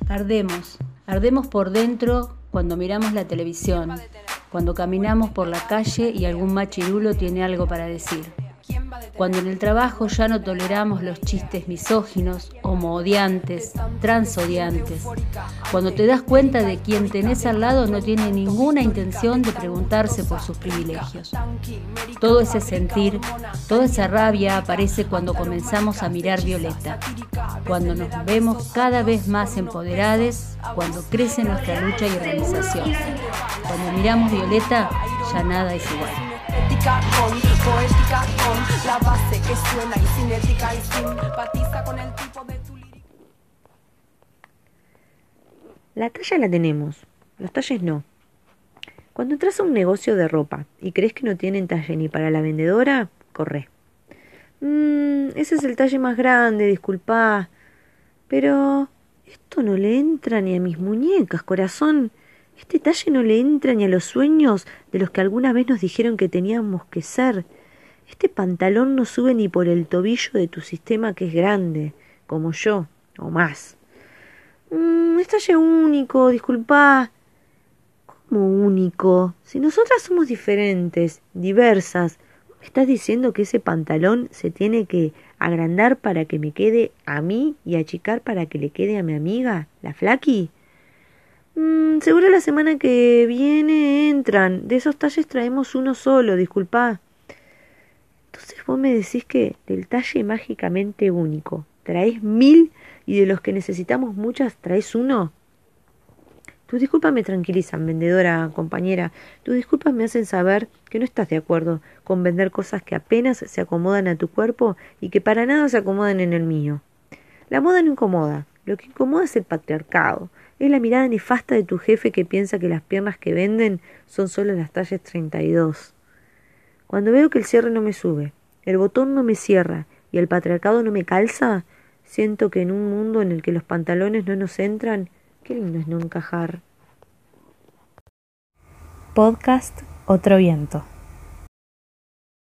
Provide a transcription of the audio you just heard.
Ardemos por dentro cuando miramos la televisión, cuando caminamos por la calle y algún machirulo tiene algo para decir. Cuando en el trabajo ya no toleramos los chistes misóginos, homoodiantes, transodiantes. Cuando te das cuenta de quien tenés al lado no tiene ninguna intención de preguntarse por sus privilegios. Todo ese sentir, toda esa rabia aparece cuando comenzamos a mirar Violeta. Cuando nos vemos cada vez más empoderadas, cuando crece nuestra lucha y organización. Cuando miramos Violeta, ya nada es igual. Poética con la base que suena y cinética y simpatiza con el tipo de tu lírica. La talla la tenemos, los talles no. Cuando entras a un negocio de ropa y crees que no tienen talle ni para la vendedora, corre. Ese es el talle más grande, disculpá. Pero esto no le entra ni a mis muñecas, corazón. Este talle no le entra ni a los sueños de los que alguna vez nos dijeron que teníamos que ser. Este pantalón no sube ni por el tobillo de tu sistema que es grande, como yo, o más. Es talle único, disculpá. ¿Cómo único? Si nosotras somos diferentes, diversas. ¿Me estás diciendo que ese pantalón se tiene que agrandar para que me quede a mí y achicar para que le quede a mi amiga, la Flaqui? Seguro la semana que viene entran. De esos talles traemos uno solo, disculpá. Entonces vos me decís que del talle mágicamente único traes 1000 y de los que necesitamos muchas traes uno. Tus disculpas me tranquilizan, vendedora, compañera. Tus disculpas me hacen saber que no estás de acuerdo con vender cosas que apenas se acomodan a tu cuerpo y que para nada se acomodan en el mío. La moda no incomoda. Lo que incomoda es el patriarcado. Es la mirada nefasta de tu jefe que piensa que las piernas que venden son solo las tallas 32. Cuando veo que el cierre no me sube, el botón no me cierra y el patriarcado no me calza, siento que en un mundo en el que los pantalones no nos entran, qué lindo es no encajar. Podcast Otro Viento.